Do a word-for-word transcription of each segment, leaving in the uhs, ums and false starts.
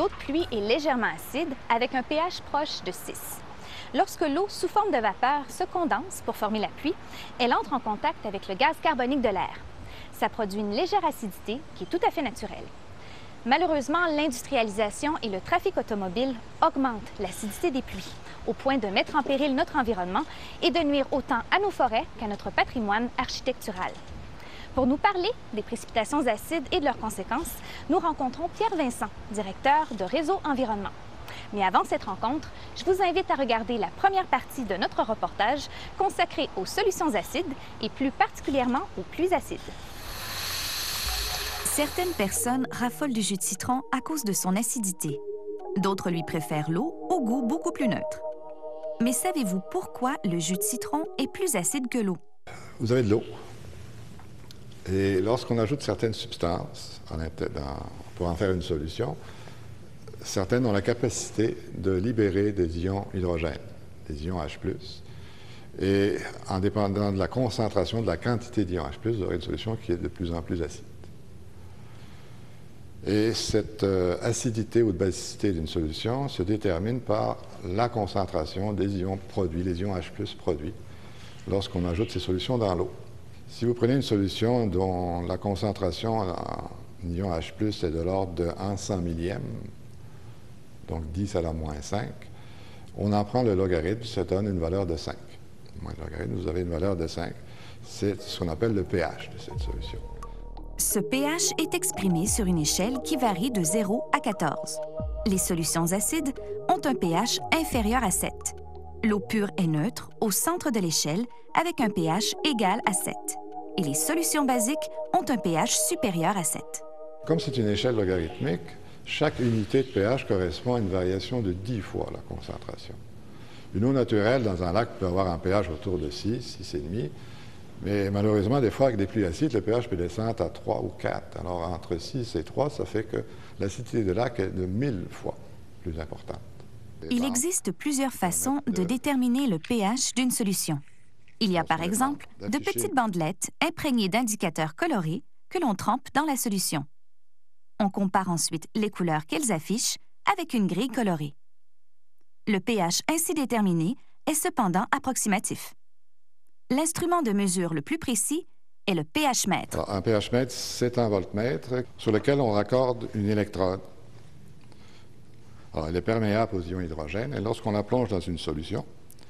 L'eau de pluie est légèrement acide avec un pH proche de six. Lorsque l'eau sous forme de vapeur se condense pour former la pluie, elle entre en contact avec le gaz carbonique de l'air. Ça produit une légère acidité qui est tout à fait naturelle. Malheureusement, l'industrialisation et le trafic automobile augmentent l'acidité des pluies, au point de mettre en péril notre environnement et de nuire autant à nos forêts qu'à notre patrimoine architectural. Pour nous parler des précipitations acides et de leurs conséquences, nous rencontrons Pierre Vincent, directeur de Réseau Environnement. Mais avant cette rencontre, je vous invite à regarder la première partie de notre reportage consacrée aux solutions acides et plus particulièrement aux pluies acides. Certaines personnes raffolent du jus de citron à cause de son acidité. D'autres lui préfèrent l'eau au goût beaucoup plus neutre. Mais savez-vous pourquoi le jus de citron est plus acide que l'eau? Vous avez de l'eau. Et lorsqu'on ajoute certaines substances pour en faire une solution, certaines ont la capacité de libérer des ions hydrogène, des ions H plus. Et en dépendant de la concentration, de la quantité d'ions H plus, vous aurez une solution qui est de plus en plus acide. Et cette euh, acidité ou basicité d'une solution se détermine par la concentration des ions produits, les ions H plus produits, lorsqu'on ajoute ces solutions dans l'eau. Si vous prenez une solution dont la concentration en ions H plus est de l'ordre de un cent millième, donc dix à la moins cinq, on en prend le logarithme, ça donne une valeur de cinq. Moins le logarithme, vous avez une valeur de cinq. C'est ce qu'on appelle le pH de cette solution. Ce pH est exprimé sur une échelle qui varie de zéro à quatorze. Les solutions acides ont un pH inférieur à sept. L'eau pure est neutre au centre de l'échelle avec un pH égal à sept. Et les solutions basiques ont un pH supérieur à sept. Comme c'est une échelle logarithmique, chaque unité de pH correspond à une variation de dix fois la concentration. Une eau naturelle dans un lac peut avoir un pH autour de six, six virgule cinq. Mais malheureusement, des fois, avec des pluies acides, le pH peut descendre à trois ou quatre. Alors, entre six et trois, ça fait que l'acidité de lac est de mille fois plus importante. Il existe plusieurs façons de déterminer le pH d'une solution. Il y a par exemple de petites bandelettes imprégnées d'indicateurs colorés que l'on trempe dans la solution. On compare ensuite les couleurs qu'elles affichent avec une grille colorée. Le pH ainsi déterminé est cependant approximatif. L'instrument de mesure le plus précis est le pH-mètre. Alors, un pH-mètre, c'est un voltmètre sur lequel on raccorde une électrode. Alors, elle est perméable aux ions hydrogène et lorsqu'on la plonge dans une solution,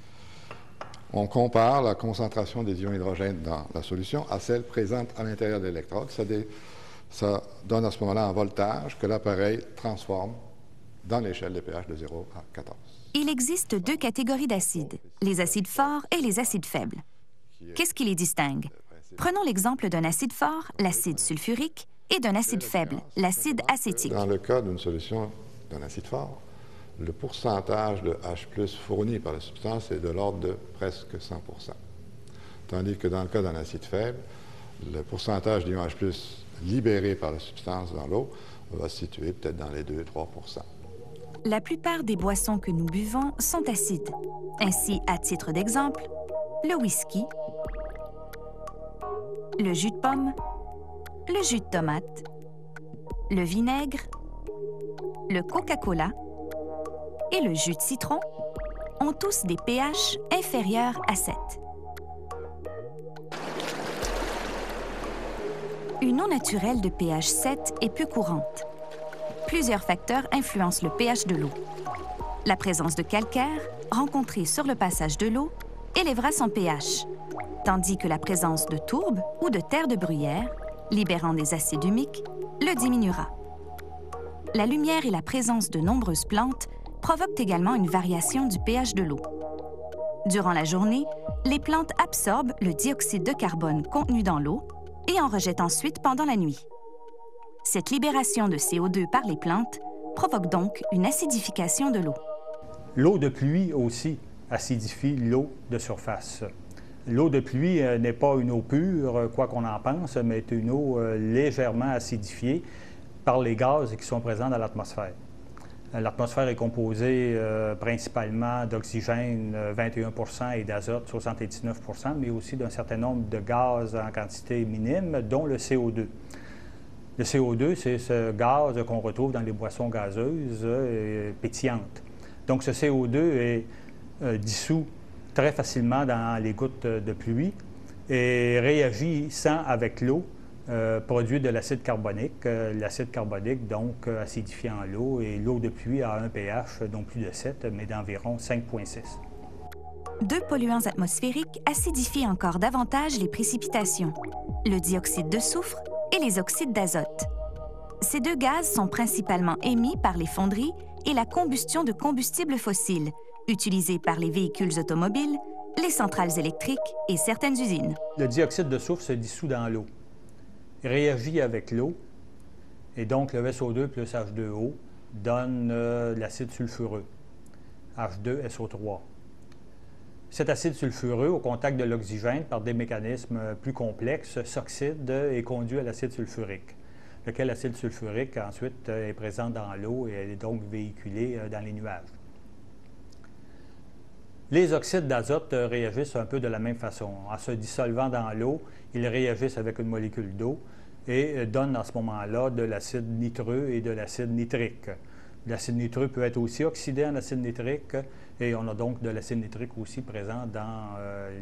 on compare la concentration des ions hydrogène dans la solution à celle présente à l'intérieur de l'électrode. Ça, dé... Ça donne à ce moment-là un voltage que l'appareil transforme dans l'échelle de pH de zéro à quatorze. Il existe deux catégories d'acides, les acides forts et les acides faibles. Qu'est-ce qui les distingue? Prenons l'exemple d'un acide fort, l'acide sulfurique, et d'un acide faible, l'acide acétique. Dans le cas d'une solution d'un acide fort, le pourcentage de H plus fourni par la substance est de l'ordre de presque cent pour cent. Tandis que dans le cas d'un acide faible, le pourcentage d'ions H plus libéré par la substance dans l'eau va se situer peut-être dans les deux à trois pour cent. La plupart des boissons que nous buvons sont acides. Ainsi, à titre d'exemple, le whisky, le jus de pomme, le jus de tomate, le vinaigre, le Coca-Cola et le jus de citron ont tous des pH inférieurs à sept. Une eau naturelle de pH sept est peu courante. Plusieurs facteurs influencent le pH de l'eau. La présence de calcaire, rencontrée sur le passage de l'eau, élèvera son pH, tandis que la présence de tourbe ou de terre de bruyère, libérant des acides humiques, le diminuera. La lumière et la présence de nombreuses plantes provoquent également une variation du pH de l'eau. Durant la journée, les plantes absorbent le dioxyde de carbone contenu dans l'eau et en rejettent ensuite pendant la nuit. Cette libération de C O deux par les plantes provoque donc une acidification de l'eau. L'eau de pluie aussi acidifie l'eau de surface. L'eau de pluie euh, n'est pas une eau pure, quoi qu'on en pense, mais est une eau euh, légèrement acidifiée par les gaz qui sont présents dans l'atmosphère. L'atmosphère est composée euh, principalement d'oxygène, vingt et un pour cent, et d'azote, soixante-dix-neuf pour cent, mais aussi d'un certain nombre de gaz en quantité minime, dont le C O deux. Le C O deux, c'est ce gaz qu'on retrouve dans les boissons gazeuses euh, pétillantes. Donc, ce C O deux est euh, dissous très facilement dans les gouttes de pluie et réagissant avec l'eau, euh, produit de l'acide carbonique. Euh, l'acide carbonique, donc, euh, acidifiant l'eau, et l'eau de pluie a un pH non plus de sept, mais d'environ cinq virgule six. Deux polluants atmosphériques acidifient encore davantage les précipitations, le dioxyde de soufre et les oxydes d'azote. Ces deux gaz sont principalement émis par les fonderies et la combustion de combustibles fossiles, utilisés par les véhicules automobiles, les centrales électriques et certaines usines. Le dioxyde de soufre se dissout dans l'eau. Il réagit avec l'eau, et donc le S O deux plus H deux O donne euh, l'acide sulfureux, H deux S O trois. Cet acide sulfureux, au contact de l'oxygène par des mécanismes plus complexes, s'oxyde et conduit à l'acide sulfurique, lequel acide sulfurique ensuite est présent dans l'eau et est donc véhiculé dans les nuages. Les oxydes d'azote réagissent un peu de la même façon. En se dissolvant dans l'eau, ils réagissent avec une molécule d'eau et donnent à ce moment-là de l'acide nitreux et de l'acide nitrique. L'acide nitreux peut être aussi oxydé en acide nitrique et on a donc de l'acide nitrique aussi présent dans euh,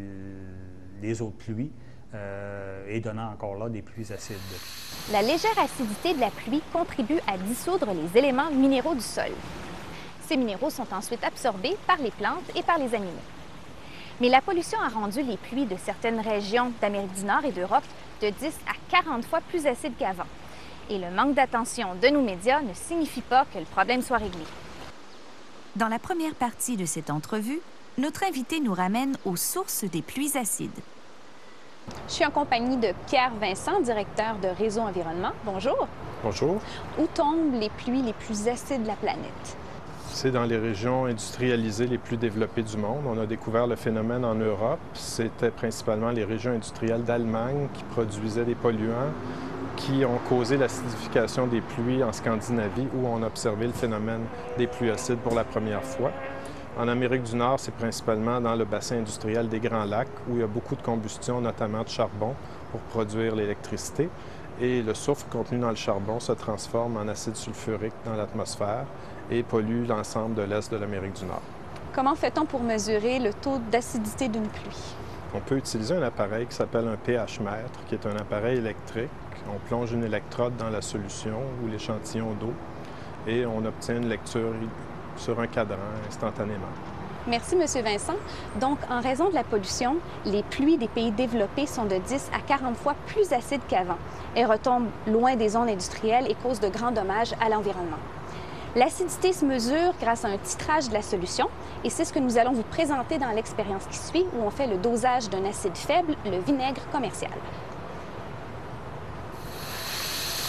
les eaux de pluie euh, et donnant encore là des pluies acides. La légère acidité de la pluie contribue à dissoudre les éléments minéraux du sol. Ces minéraux sont ensuite absorbés par les plantes et par les animaux. Mais la pollution a rendu les pluies de certaines régions d'Amérique du Nord et d'Europe de dix à quarante fois plus acides qu'avant. Et le manque d'attention de nos médias ne signifie pas que le problème soit réglé. Dans la première partie de cette entrevue, notre invité nous ramène aux sources des pluies acides. Je suis en compagnie de Pierre Vincent, directeur de Réseau Environnement. Bonjour. Bonjour. Où tombent les pluies les plus acides de la planète? C'est dans les régions industrialisées les plus développées du monde. On a découvert le phénomène en Europe. C'était principalement les régions industrielles d'Allemagne qui produisaient des polluants qui ont causé l'acidification des pluies en Scandinavie, où on a observé le phénomène des pluies acides pour la première fois. En Amérique du Nord, c'est principalement dans le bassin industriel des Grands Lacs, où il y a beaucoup de combustion, notamment de charbon, pour produire l'électricité. Et le soufre contenu dans le charbon se transforme en acide sulfurique dans l'atmosphère et pollue l'ensemble de l'Est de l'Amérique du Nord. Comment fait-on pour mesurer le taux d'acidité d'une pluie? On peut utiliser un appareil qui s'appelle un pH-mètre, qui est un appareil électrique. On plonge une électrode dans la solution ou l'échantillon d'eau et on obtient une lecture sur un cadran instantanément. Merci, M. Vincent. Donc, en raison de la pollution, les pluies des pays développés sont de dix à quarante fois plus acides qu'avant. Elles retombent loin des zones industrielles et causent de grands dommages à l'environnement. L'acidité se mesure grâce à un titrage de la solution et c'est ce que nous allons vous présenter dans l'expérience qui suit où on fait le dosage d'un acide faible, le vinaigre commercial.